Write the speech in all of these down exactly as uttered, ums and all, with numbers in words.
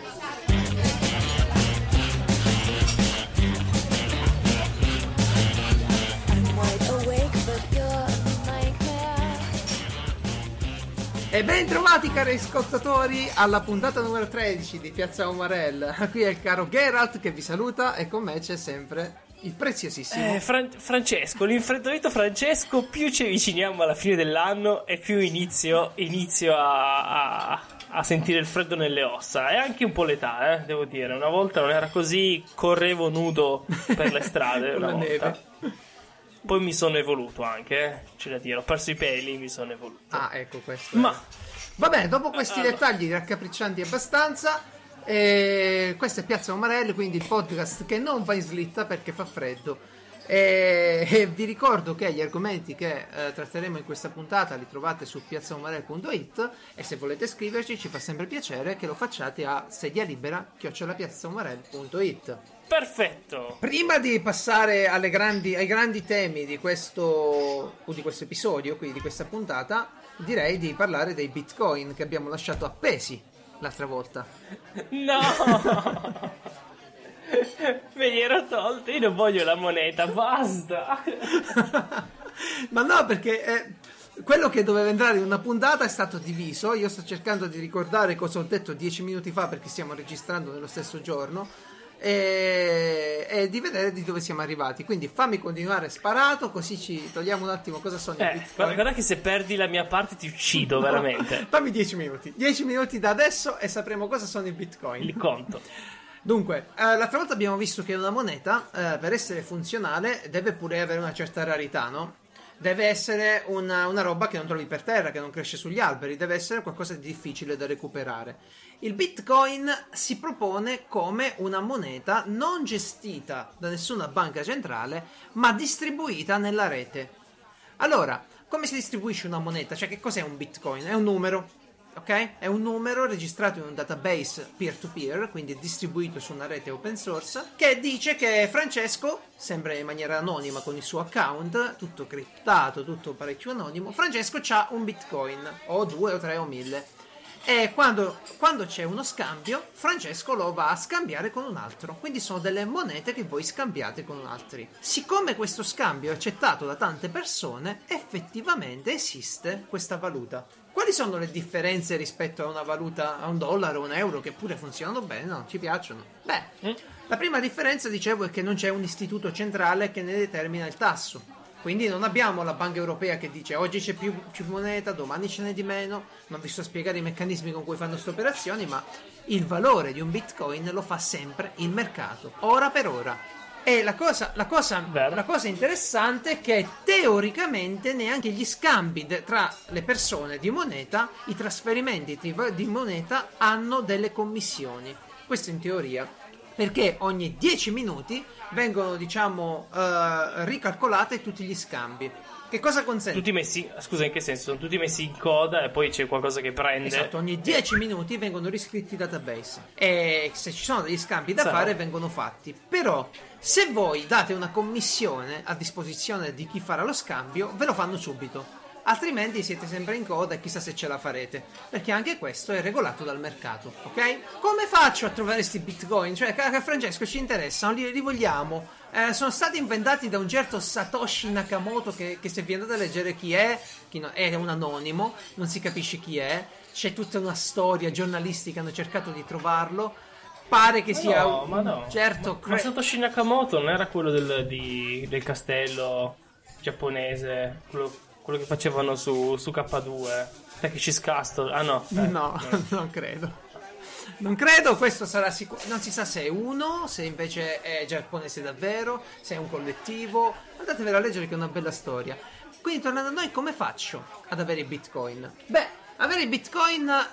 E ben trovati cari ascoltatori alla puntata numero tredici di Piazza Umarell. Qui è il caro Geralt che vi saluta e con me c'è sempre il preziosissimo eh, Fran- Francesco, l'infreddolito Francesco. Più ci avviciniamo alla fine dell'anno e più inizio, inizio a, a, a sentire il freddo nelle ossa. E anche un po' l'età, eh, devo dire. Una volta non era così, correvo nudo per le strade una volta. Neve. Poi mi sono evoluto anche, eh? C'è da dire, ho perso i peli, mi sono evoluto. Ah, ecco questo. Ma vabbè, dopo questi allora. dettagli raccapriccianti abbastanza, eh, questo è Piazza Umarell, quindi il podcast che non va in slitta perché fa freddo. E, e vi ricordo che gli argomenti che eh, tratteremo in questa puntata li trovate su piazzaumarell punto it e se volete scriverci ci fa sempre piacere che lo facciate a sedialibera chiocciola piazzaumarell punto it. Perfetto. Prima di passare alle grandi, ai grandi temi di questo, o di questo episodio, quindi di questa puntata, direi di parlare dei bitcoin che abbiamo lasciato appesi l'altra volta. No! Me li ero tolti, io non voglio la moneta, basta. Ma no, perché eh, quello che doveva entrare in una puntata è stato diviso. Io sto cercando di ricordare cosa ho detto dieci minuti fa perché stiamo registrando nello stesso giorno e, e di vedere di dove siamo arrivati. Quindi fammi continuare sparato così ci togliamo un attimo cosa sono eh, i bitcoin. Guarda che se perdi la mia parte ti uccido, no, veramente. Fammi dieci minuti dieci minuti da adesso e sapremo cosa sono i bitcoin. Li conto. Dunque, eh, l'altra volta abbiamo visto che una moneta, eh, per essere funzionale, deve pure avere una certa rarità, no? Deve essere una, una roba che non trovi per terra, che non cresce sugli alberi, deve essere qualcosa di difficile da recuperare. Il Bitcoin si propone come una moneta non gestita da nessuna banca centrale, ma distribuita nella rete. Allora, come si distribuisce una moneta? Cioè, che cos'è un Bitcoin? È un numero. Ok? È un numero registrato in un database peer-to-peer, quindi distribuito su una rete open source, che dice che Francesco, sempre in maniera anonima con il suo account, tutto criptato, tutto parecchio anonimo, Francesco c'ha un bitcoin, o due o tre o mille. E quando, quando c'è uno scambio, Francesco lo va a scambiare con un altro. Quindi sono delle monete che voi scambiate con altri. Siccome questo scambio è accettato da tante persone, effettivamente esiste questa valuta. Quali sono le differenze rispetto a una valuta, a un dollaro, un euro, che pure funzionano bene, no? Ci piacciono? Beh, mm. la prima differenza, dicevo, è che non c'è un istituto centrale che ne determina il tasso. Quindi non abbiamo la Banca Europea che dice oggi c'è più, più moneta, domani ce n'è di meno. Non vi sto a spiegare i meccanismi con cui fanno queste operazioni, ma il valore di un bitcoin lo fa sempre il mercato, ora per ora. E la cosa, la, cosa, la cosa interessante è che teoricamente neanche gli scambi de, tra le persone di moneta, i trasferimenti di, di moneta hanno delle commissioni. Questo in teoria, perché ogni dieci minuti vengono, diciamo, uh, ricalcolate tutti gli scambi. Che cosa consente? Tutti messi, scusa, in che senso? Sono tutti messi in coda e poi c'è qualcosa che prende. Esatto, ogni dieci minuti vengono riscritti i database e se ci sono degli scambi da Sarà. fare vengono fatti. Però se voi date una commissione a disposizione di chi farà lo scambio, ve lo fanno subito. Altrimenti siete sempre in coda e chissà se ce la farete, perché anche questo è regolato dal mercato, ok? Come faccio a trovare questi bitcoin? Cioè, a Francesco ci interessano, li, li vogliamo. Eh, sono stati inventati da un certo Satoshi Nakamoto che, che se vi andate a leggere chi è, chi no, è un anonimo, non si capisce chi è, c'è tutta una storia, giornalisti che hanno cercato di trovarlo. Pare che ma sia no, un ma no. certo ma, cre- ma Satoshi Nakamoto non era quello del, di, del castello giapponese, quello quello che facevano su, su K due, Takeshi Castle. Ah no, eh, no, no, non credo. Non credo, questo sarà sicuro. Non si sa se è uno, se invece è giapponese davvero, se è un collettivo. Andatevelo a leggere che è una bella storia. Quindi tornando a noi, come faccio ad avere i bitcoin? Beh, avere i bitcoin uh,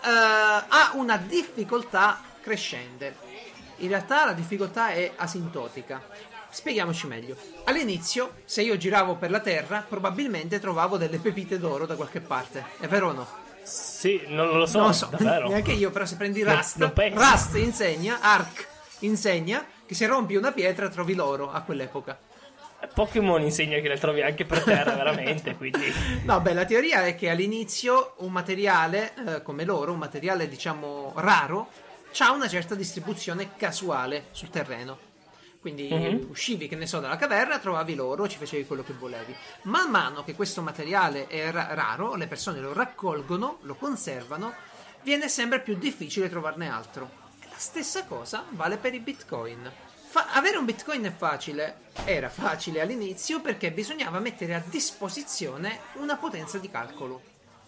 ha una difficoltà crescente. In realtà la difficoltà è asintotica. Spieghiamoci meglio. All'inizio, se io giravo per la terra, probabilmente trovavo delle pepite d'oro da qualche parte. È vero o no? Sì, non lo so, non lo so, davvero. Neanche io, però se prendi Rust, non, non Rust insegna, Ark insegna che se rompi una pietra trovi l'oro a quell'epoca. Pokémon insegna che le trovi anche per terra, veramente, quindi... No, beh, la teoria è che all'inizio un materiale eh, come l'oro, un materiale diciamo raro, c'ha una certa distribuzione casuale sul terreno. Quindi mm-hmm. uscivi, che ne so, dalla caverna, trovavi l'oro, ci facevi quello che volevi. Man mano che questo materiale è ra- raro, le persone lo raccolgono, lo conservano, viene sempre più difficile trovarne altro. E la stessa cosa vale per i bitcoin. Fa- avere un bitcoin è facile, era facile all'inizio perché bisognava mettere a disposizione una potenza di calcolo.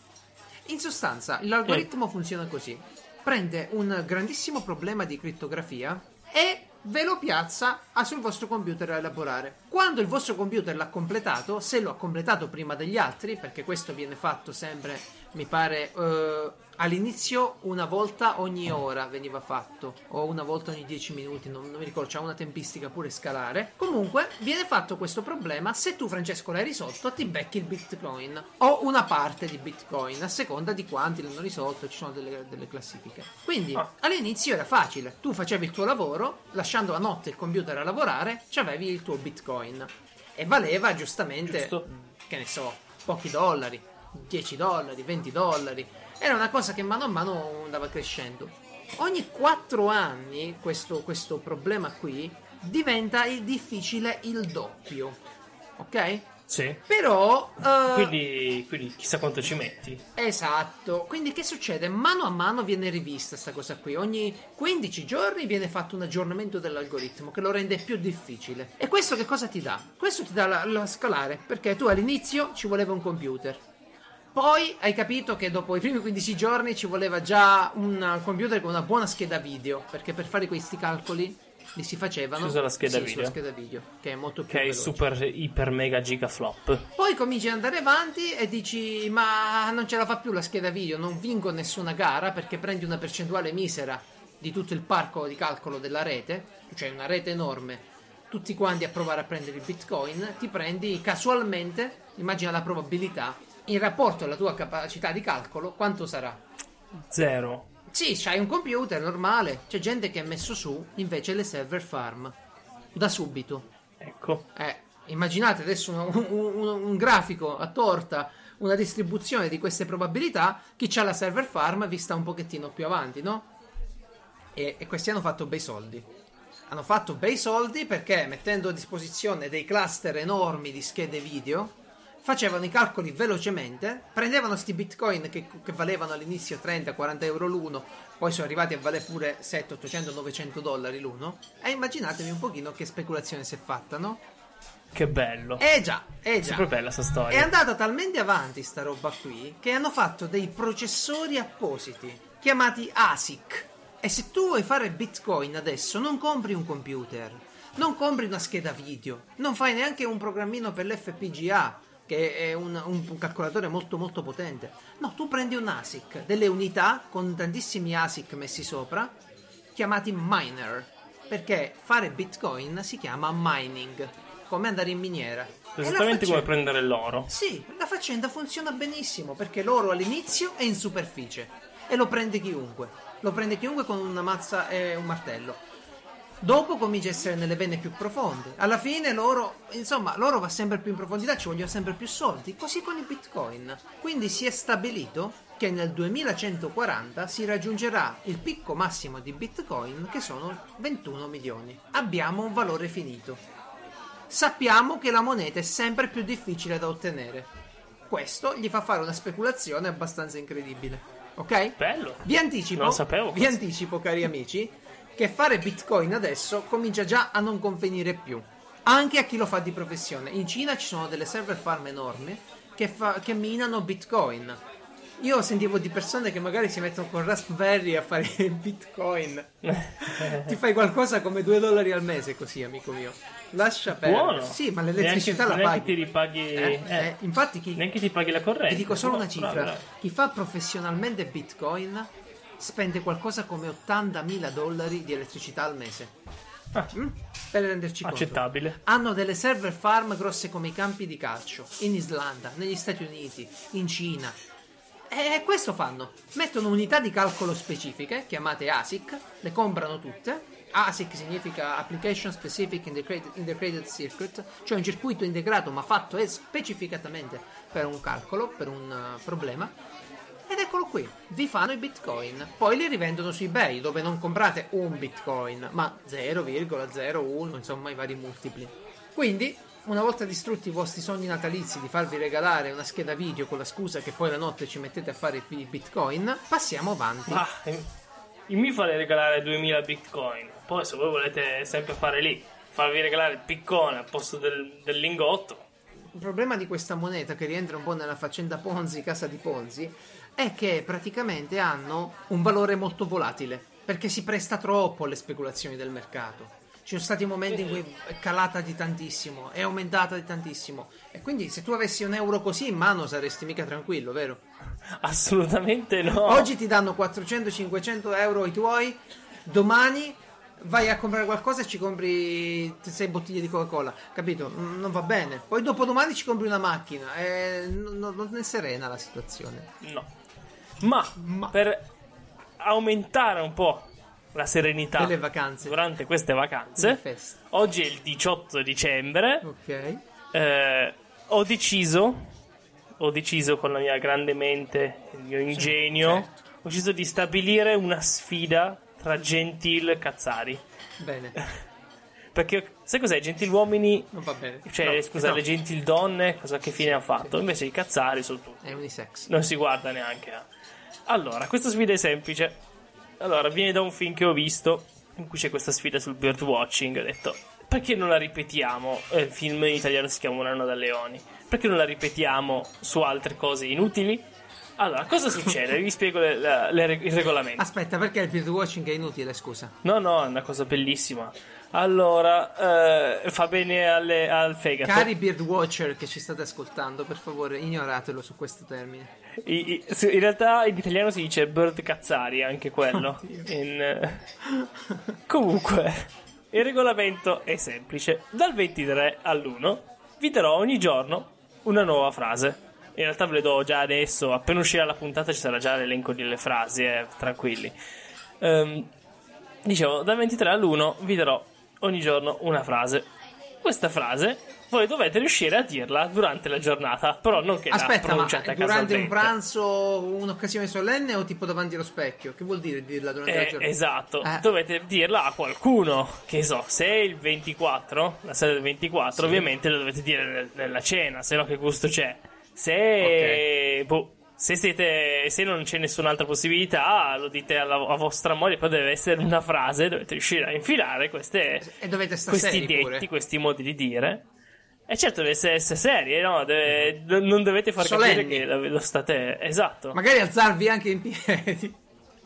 In sostanza, l'algoritmo mm. funziona così. Prende un grandissimo problema di crittografia e ve lo piazza sul vostro computer a elaborare. Quando il vostro computer l'ha completato, se lo ha completato prima degli altri, perché questo viene fatto sempre, mi pare, uh, all'inizio una volta ogni ora veniva fatto, o una volta ogni dieci minuti, non, non mi ricordo, c'è una tempistica pure scalare. Comunque viene fatto questo problema, se tu Francesco l'hai risolto ti becchi il bitcoin o una parte di bitcoin, a seconda di quanti l'hanno risolto, ci sono delle, delle classifiche. Quindi ah. all'inizio era facile, tu facevi il tuo lavoro, lasciando a notte il computer a lavorare, avevi il tuo bitcoin e valeva giustamente, Giusto. che ne so, pochi dollari, dieci dollari, venti dollari. Era una cosa che mano a mano andava crescendo. Ogni quattro anni questo, questo problema qui diventa il difficile il doppio, ok? Sì. Però uh, quindi, quindi chissà quanto ci metti. Esatto. Quindi che succede? Mano a mano viene rivista sta cosa qui. Ogni quindici giorni viene fatto un aggiornamento dell'algoritmo che lo rende più difficile. E questo che cosa ti dà? Questo ti dà la, la scalare, perché tu all'inizio ci voleva un computer. Poi hai capito che dopo i primi quindici giorni ci voleva già un computer con una buona scheda video, perché per fare questi calcoli li si facevano. Si usa la scheda sì, video. la scheda video, che è molto più che veloce. Che è super iper mega gigaflop. Poi cominci ad andare avanti e dici: ma non ce la fa più la scheda video, non vinco nessuna gara perché prendi una percentuale misera di tutto il parco di calcolo della rete, cioè una rete enorme, tutti quanti a provare a prendere il bitcoin, ti prendi casualmente, immagina la probabilità, in rapporto alla tua capacità di calcolo, quanto sarà? Zero. Sì, c'hai un computer normale. C'è gente che ha messo su invece le server farm da subito. Ecco. Eh, immaginate adesso un, un, un grafico a torta, una distribuzione di queste probabilità. Chi c'ha la server farm vista un pochettino più avanti, no? E, e questi hanno fatto bei soldi. Hanno fatto bei soldi perché mettendo a disposizione dei cluster enormi di schede video facevano i calcoli velocemente, prendevano sti bitcoin che, che valevano all'inizio trenta quaranta euro l'uno, poi sono arrivati a valere pure settecento ottocento novecento dollari l'uno, e immaginatevi un pochino che speculazione si è fatta, no? Che bello. Eh già, eh già. Super bella sta storia. È andata talmente avanti sta roba qui che hanno fatto dei processori appositi chiamati A S I C. E se tu vuoi fare bitcoin adesso non compri un computer, non compri una scheda video, non fai neanche un programmino per l'F P G A, che è un, un calcolatore molto molto potente. No, tu prendi un A S I C, delle unità con tantissimi A S I C messi sopra, chiamati miner, perché fare bitcoin si chiama mining, come andare in miniera. Esattamente come prendere l'oro. Sì, la faccenda funziona benissimo, perché l'oro all'inizio è in superficie e lo prende chiunque, lo prende chiunque con una mazza e un martello. Dopo comincia a essere nelle vene più profonde. Alla fine l'oro, insomma, l'oro va sempre più in profondità, ci vogliono sempre più soldi. Così con i bitcoin. Quindi si è stabilito che nel duemilacentoquaranta si raggiungerà il picco massimo di bitcoin, che sono ventuno milioni. Abbiamo un valore finito. Sappiamo che la moneta è sempre più difficile da ottenere. Questo gli fa fare una speculazione abbastanza incredibile. Ok? Bello. Vi anticipo, non lo sapevo. Vi anticipo, cari amici, che fare bitcoin adesso comincia già a non convenire più, anche a chi lo fa di professione. In Cina ci sono delle server farm enormi che, fa, che minano bitcoin. Io sentivo di persone che magari si mettono con Raspberry a fare bitcoin. Ti fai qualcosa come due dollari al mese così, amico mio. Lascia perdere. Buono. Sì, ma l'elettricità neanche, la neanche paghi. ti ripaghi eh, eh. Eh, infatti chi, neanche ti paghi la corrente. Ti dico solo una cifra. Bravo, bravo. Chi fa professionalmente bitcoin spende qualcosa come ottantamila dollari di elettricità al mese. Ah, mm? Per renderci conto. accettabile. Hanno delle server farm grosse come i campi di calcio in Islanda, negli Stati Uniti, in Cina. E questo fanno. Mettono unità di calcolo specifiche, chiamate A S I C, le comprano tutte. A S I C significa Application Specific Integrated, Integrated Circuit, cioè un circuito integrato ma fatto specificatamente per un calcolo, per un uh, problema. Ed eccolo qui, vi fanno i bitcoin, poi li rivendono su eBay, dove non comprate un bitcoin, ma zero virgola zero uno, insomma i vari multipli. Quindi, una volta distrutti i vostri sogni natalizi di farvi regalare una scheda video con la scusa che poi la notte ci mettete a fare i bitcoin, passiamo avanti. Ma io mi farei regalare duemila bitcoin, poi se voi volete sempre fare lì, farvi regalare il piccone al posto del, del lingotto. Il problema di questa moneta, che rientra un po' nella faccenda Ponzi, casa di Ponzi, è che praticamente hanno un valore molto volatile, perché si presta troppo alle speculazioni del mercato. Ci sono stati momenti in cui è calata di tantissimo, è aumentata di tantissimo, e quindi se tu avessi un euro così in mano saresti mica tranquillo, vero? Assolutamente no. Oggi ti danno quattrocento cinquecento euro i tuoi, domani vai a comprare qualcosa e ci compri sei bottiglie di Coca-Cola, capito? Non va bene. Poi dopodomani ci compri una macchina e non, non è serena la situazione. No. Ma, Ma per aumentare un po' la serenità delle vacanze durante queste vacanze, oggi è il diciotto dicembre. Ok. Eh, ho deciso ho deciso con la mia grande mente, il mio ingegno, certo. ho deciso di stabilire una sfida tra gentil cazzari. Bene. Perché sai cos'è? Gentiluomini, Non va bene. cioè No, scusa, no. le gentildonne cosa che fine Sì, hanno fatto? sì. Invece i cazzari sono tutti, È unisex. non si guarda neanche. eh. Allora, questa sfida è semplice. Allora, viene da un film che ho visto in cui c'è questa sfida sul birdwatching. Ho detto, perché non la ripetiamo? Eh, il film in italiano si chiama Un anno da leoni. Perché non la ripetiamo su altre cose inutili? Allora, cosa succede? Vi spiego le, le, le, il regolamento. Aspetta, perché il birdwatching è inutile, scusa? No, no, è una cosa bellissima. Allora, eh, fa bene alle, al fegato. Cari birdwatcher che ci state ascoltando, per favore ignoratelo su questo termine. I, i, in realtà in italiano si dice bird cazzari, anche quello. In, eh, comunque, il regolamento è semplice. Dal ventitré all'uno vi darò ogni giorno una nuova frase. In realtà ve le do già adesso. Appena uscirà la puntata ci sarà già l'elenco delle frasi, eh, tranquilli. Um, dicevo, dal ventitré all'uno vi darò ogni giorno una frase. Questa frase voi dovete riuscire a dirla durante la giornata, però non che Aspetta, la pronunciate ma a durante casualmente. un pranzo, un'occasione solenne o tipo davanti allo specchio? Che vuol dire dirla durante la Eh, giornata? esatto, Eh. dovete dirla a qualcuno. Che so, se è il ventiquattro, la sera del ventiquattro, Sì. ovviamente lo dovete dire nel- nella cena, se no che gusto c'è. Se, Ok. boh, se siete, se non c'è nessun'altra possibilità, lo dite alla, a vostra moglie. Poi deve essere una frase, dovete riuscire a infilare queste, E dovete stare questi seri detti, pure. questi modi di dire. E certo deve essere, essere serie, no? Deve- Mhm. non dovete far Solenni. capire che lo, lo state. Esatto. Magari alzarvi anche in piedi.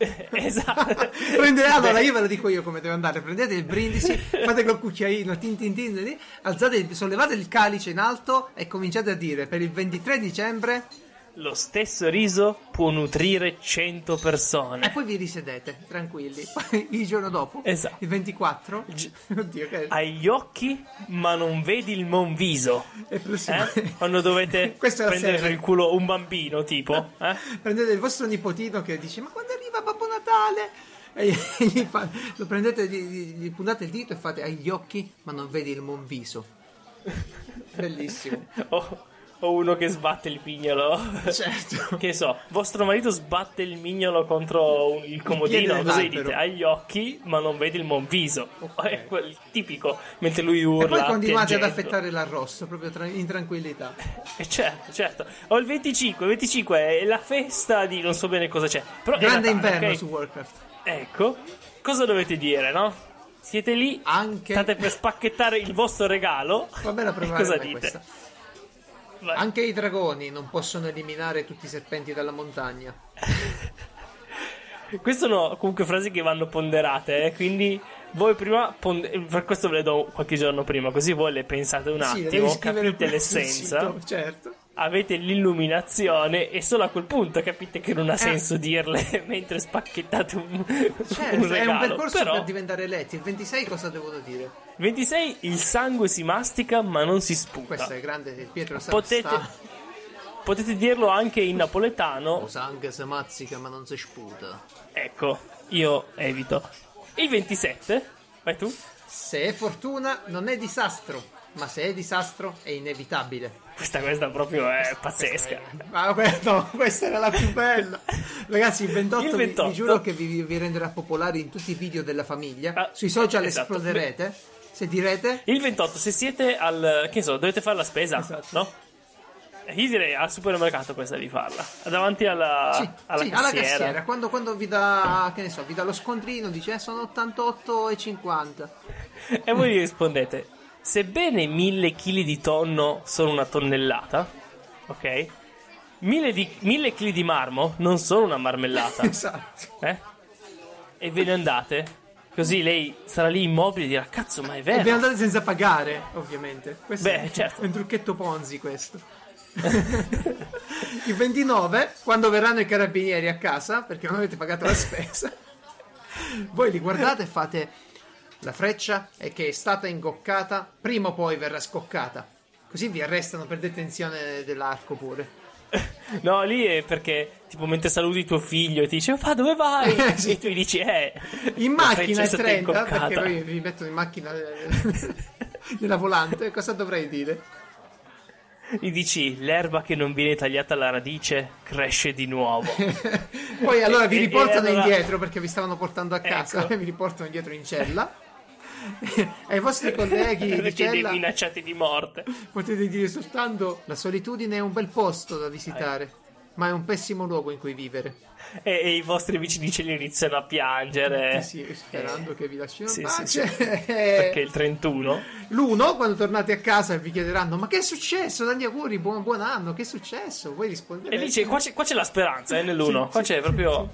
Esatto. Prendete, allora Beh, io ve lo dico io come deve andare. Prendete il brindisi, fate col cucchiaino, tin tin tin, tin, alzate, il- sollevate il calice in alto e cominciate a dire per il ventitré dicembre lo stesso riso può nutrire cento e persone. poi vi risedete tranquilli. Poi il giorno dopo, Esatto. il ventiquattro, Gi- oddio, che Hai gli occhi, ma non vedi il monviso. è prossimo- Eh? Quando dovete Questa è la prendere serie. per il culo un bambino, tipo. Eh? Prendete il vostro nipotino che dice ma quando arriva Babbo Natale? E gli fa- lo prendete, gli, gli- gli puntate il dito e fate hai gli occhi ma non vedi il monviso. Bellissimo. O, o uno che sbatte il mignolo. Certo. Che so, vostro marito sbatte il mignolo contro un- il comodino, piede così dell'albero. dite hai gli occhi, ma non vedi il monviso. Ok. È quel tipico, mentre lui urla. E poi continuate ad piangendo. affettare l'arrosto proprio tra- in tranquillità. Eh, certo, certo. Ho il venticinque, il venticinque è la festa di non so bene cosa c'è. Però è Grande Natale, inverno ok? su Warcraft. Ecco, cosa dovete dire, no? Siete lì, Anche state per spacchettare il vostro regalo. va bene a E provare cosa a me dite? questa. Vai. Anche i dragoni non possono eliminare tutti i serpenti dalla montagna. Queste sono comunque frasi che vanno ponderate, eh? Quindi voi prima pond- per questo ve le do qualche giorno prima, così voi le pensate un Sì, le devi attimo, scrivere capite pure sul l'essenza, sito, certo. avete l'illuminazione e solo a quel punto capite che non ha senso dirle mentre spacchettate un, Certo, un è un regalo. percorso Però per diventare eletti. Il ventisei cosa devono dire? ventisei il sangue si mastica ma non si sputa. Questo è grande, il Pietro sa Potete, sta. potete dirlo anche in napoletano. Lo sangue si mazzica ma non si sputa. Ecco, io evito. Il ventisette, vai tu. Se è fortuna non è disastro. ma se è disastro è inevitabile. Questa, questa proprio è pazzesca. Ma no, questa era la più bella. Ragazzi, il ventotto, il ventotto. Vi, vi giuro che vi, vi renderà popolari in tutti i video della famiglia. Ah, Sui social esatto. esploderete. Se direte... Il ventotto, se siete al... che so, dovete fare la spesa, esatto. no? Io direi al supermercato questa di farla. Davanti alla, sì, alla, sì, cassiera. alla cassiera. Quando, quando vi dà, che ne so, vi dà lo scontrino, dice eh, sono ottantotto e cinquanta. E voi gli rispondete: sebbene mille chili di tonno sono una tonnellata, ok? Mille, di, mille chili di marmo non sono una marmellata. Esatto. Eh? E ve ne andate. Così lei sarà lì immobile e dirà: cazzo, ma è vero. E vi andate senza pagare, ovviamente. Questo Beh, è certo. un trucchetto Ponzi, questo. Il ventinove, quando verranno i carabinieri a casa perché non avete pagato la spesa, voi li guardate e fate: la freccia è che è stata ingoccata, prima o poi verrà scoccata. Così vi arrestano per detenzione dell'arco pure. No, lì è perché tipo mentre saluti tuo figlio e ti dice: fa dove vai? Eh, sì. E tu gli dici: eh in la macchina è freccia è stata trenta, ingoccata. perché poi vi mettono in macchina nella volante. Cosa dovrei dire? Gli dici: l'erba che non viene tagliata alla radice cresce di nuovo. Poi allora vi E- e riportano allora- indietro perché vi stavano portando a casa. Ecco. Vi riportano indietro in cella. E ai vostri colleghi di Perché li cella minacciati di morte. potete dire soltanto: la solitudine è un bel posto da visitare, ma è un pessimo luogo in cui vivere. E, e i vostri vicini di cielo iniziano a piangere. Sì, sì, sperando Eh, che vi lasciano sì, in sì, pace. sì. Perché il trentuno. L'uno, quando tornate a casa vi chiederanno: ma che è successo? Tanti auguri, buon, buon anno, che è successo? Voi risponderete: E dice: qua c'è, qua c'è la speranza, eh, nell'uno. Sì, Qua sì, c'è proprio.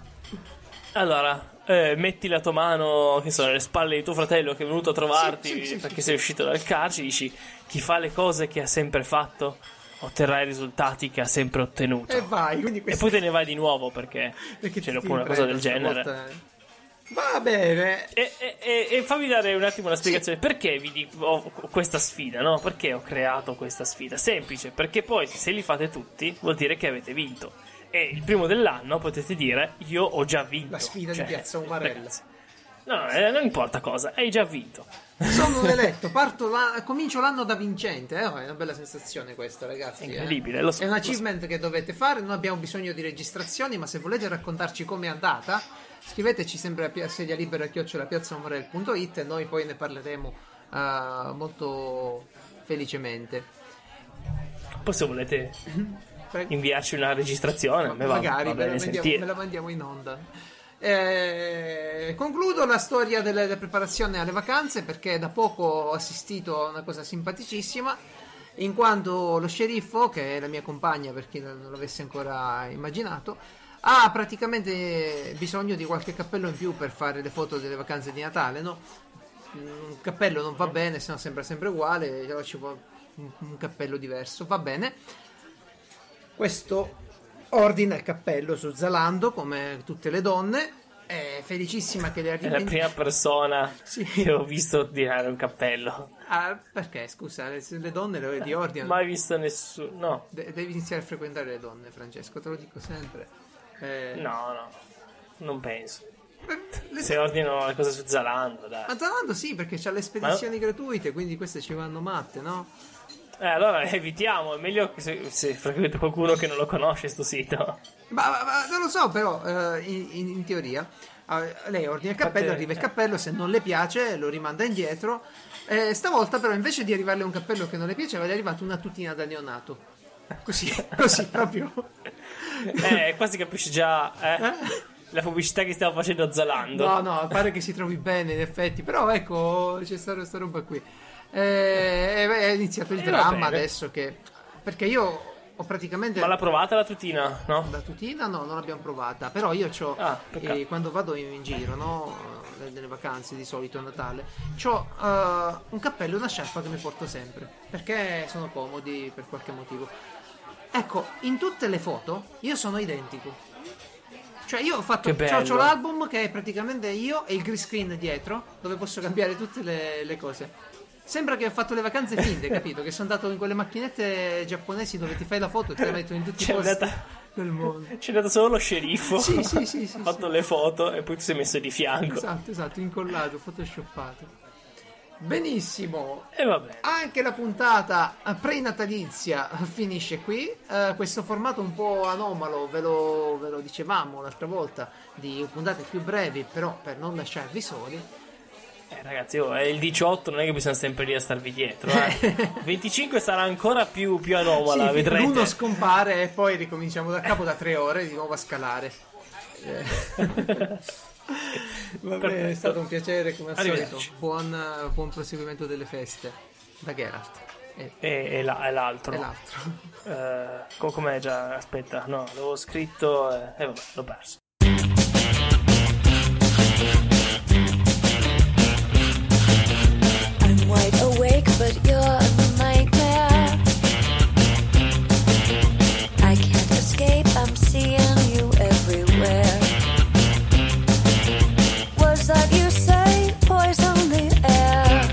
Allora, eh, metti la tua mano, che so, nelle spalle di tuo fratello che è venuto a trovarti Sì, sì, sì, perché sì, sei uscito dal carcere. Dici: chi fa le cose che ha sempre fatto otterrà i risultati che ha sempre ottenuto. E vai, quindi E questo poi te ne vai di nuovo perché, perché c'è ti dopo una cosa del riprendo genere. stavolta. Va bene. E, e- e- e fammi dare un attimo una spiegazione. Perché vi dico ho questa sfida, no? Perché ho creato questa sfida? Semplice, perché poi se li fate tutti vuol dire che avete vinto. E il primo dell'anno potete dire: io ho già vinto. La sfida Cioè, di Piazza Umarella. ragazzi, no, no, eh, non importa cosa, hai già vinto. Sono un eletto, parto la- comincio l'anno da vincente. Eh? Oh, è una bella sensazione questa, ragazzi. È eh. incredibile, lo so, È un lo so. achievement che dovete fare. Non abbiamo bisogno di registrazioni, ma se volete raccontarci com'è andata, scriveteci sempre a pia- sedia libera chiocciola piazzamorel punto it e noi poi ne parleremo eh, molto felicemente. Poi se volete Prego. inviarci una registrazione, a me va, Magari va me la, bene mandiamo, sentire. me la mandiamo in onda. Eh, concludo la storia della, della preparazione alle vacanze perché da poco ho assistito a una cosa simpaticissima, in quanto lo sceriffo, che è la mia compagna per chi non l'avesse ancora immaginato, ha praticamente bisogno di qualche cappello in più per fare le foto delle vacanze di Natale, no? Un cappello non va bene, se no sembra sempre uguale, allora ci vuole un, un cappello diverso, va bene. Questo ordina il cappello su Zalando come tutte le donne, è felicissima che le È arrivi. la prima persona Sì. che ho visto tirare un cappello. Ah, perché scusa, le, le donne le, li ordinano. Mai visto nessuno. No, De- devi iniziare a frequentare le donne, Francesco, te lo dico sempre. Eh, no, no, non penso. le- Se ordino le cose su Zalando, dai. Ma Zalando sì, perché c'ha le spedizioni gratuite, quindi queste ci vanno matte, no? Eh, allora evitiamo, è meglio che se, se frequento qualcuno che non lo conosce sto sito. Ma, ma- ma non lo so, però eh, in, in- in teoria eh, lei ordina il cappello, Infatti, arriva il eh. cappello, se non le piace lo rimanda indietro. Eh, stavolta però invece di arrivarle un cappello che non le piaceva, le è arrivata una tutina da neonato. Così, così proprio. Eh, qua si capisce già eh, la pubblicità che stiamo facendo a Zalando. No, no, pare che si trovi bene in effetti, però ecco, c'è sta questa roba qui. Eh, è iniziato il Eh, va dramma bene. adesso che... Perché io ho praticamente... Ma l'ha provata la tutina, no? La tutina no, non l'abbiamo provata, però io c'ho, Ah, peccato. eh, quando vado in, in giro, no, eh, nelle vacanze di solito a Natale, c'ho eh, un cappello e una sciarpa che mi porto sempre, perché sono comodi per qualche motivo. Ecco, in tutte le foto io sono identico. Cioè io ho fatto, Che c'ho, bello. c'ho l'album che è praticamente io e il green screen dietro, dove posso cambiare tutte le, le cose. Sembra che ho fatto le vacanze finte, capito? Che sono andato in quelle macchinette giapponesi dove ti fai la foto e te la mettono in tutti i C'è posti andata- del mondo. C'è andato solo lo sceriffo. Sì, sì, sì, sì, Ha fatto sì. le foto e poi ti sei messo di fianco. Esatto, esatto, incollato, photoshoppato. Benissimo. E vabbè. Anche la puntata prenatalizia finisce qui. Uh, questo formato un po' anomalo, ve lo, ve lo dicevamo l'altra volta, di puntate più brevi, però per non lasciarvi soli. Eh ragazzi, oh, è il diciotto, non è che bisogna sempre lì a starvi dietro. Eh. venticinque sarà ancora più, più anomala, sì, vedrete. Uno scompare e poi ricominciamo da capo da tre ore di nuovo a scalare. Vabbè, è stato un piacere come al solito. Buon, buon proseguimento delle feste da Geralt e, e, e, la, e l'altro, e l'altro. Uh, com'è già? Aspetta, no, l'avevo scritto e eh, vabbè, l'ho perso. I'm wide awake but you're a nightmare. I can't escape, I'm seeing you everywhere. That you say poison the air.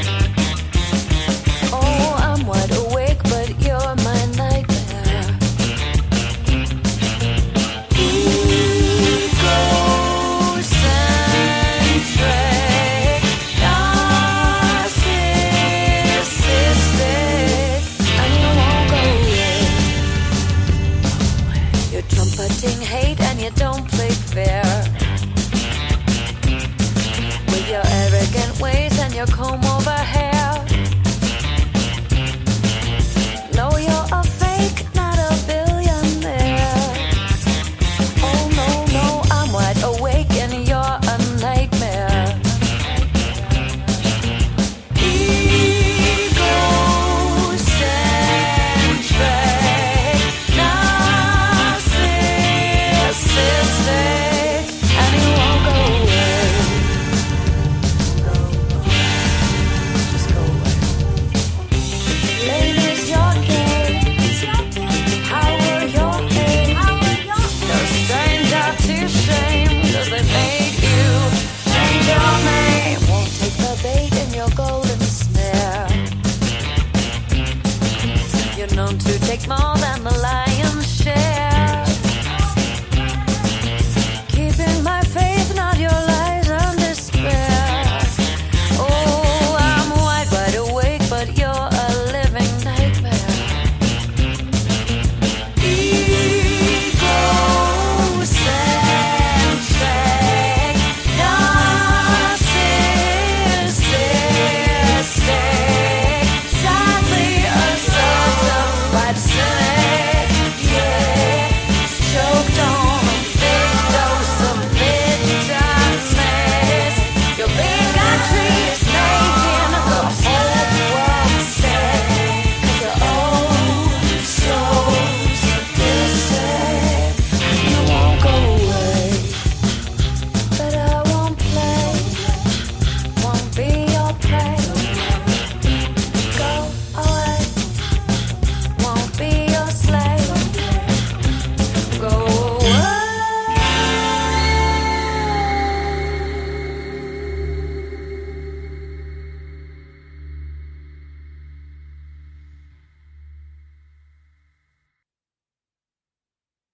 Oh, I'm wide awake, but you're my nightmare. Egocentric, narcissistic, and you won't go away. You're trumpeting hate and you don't play fair. Your arrogant ways and your comb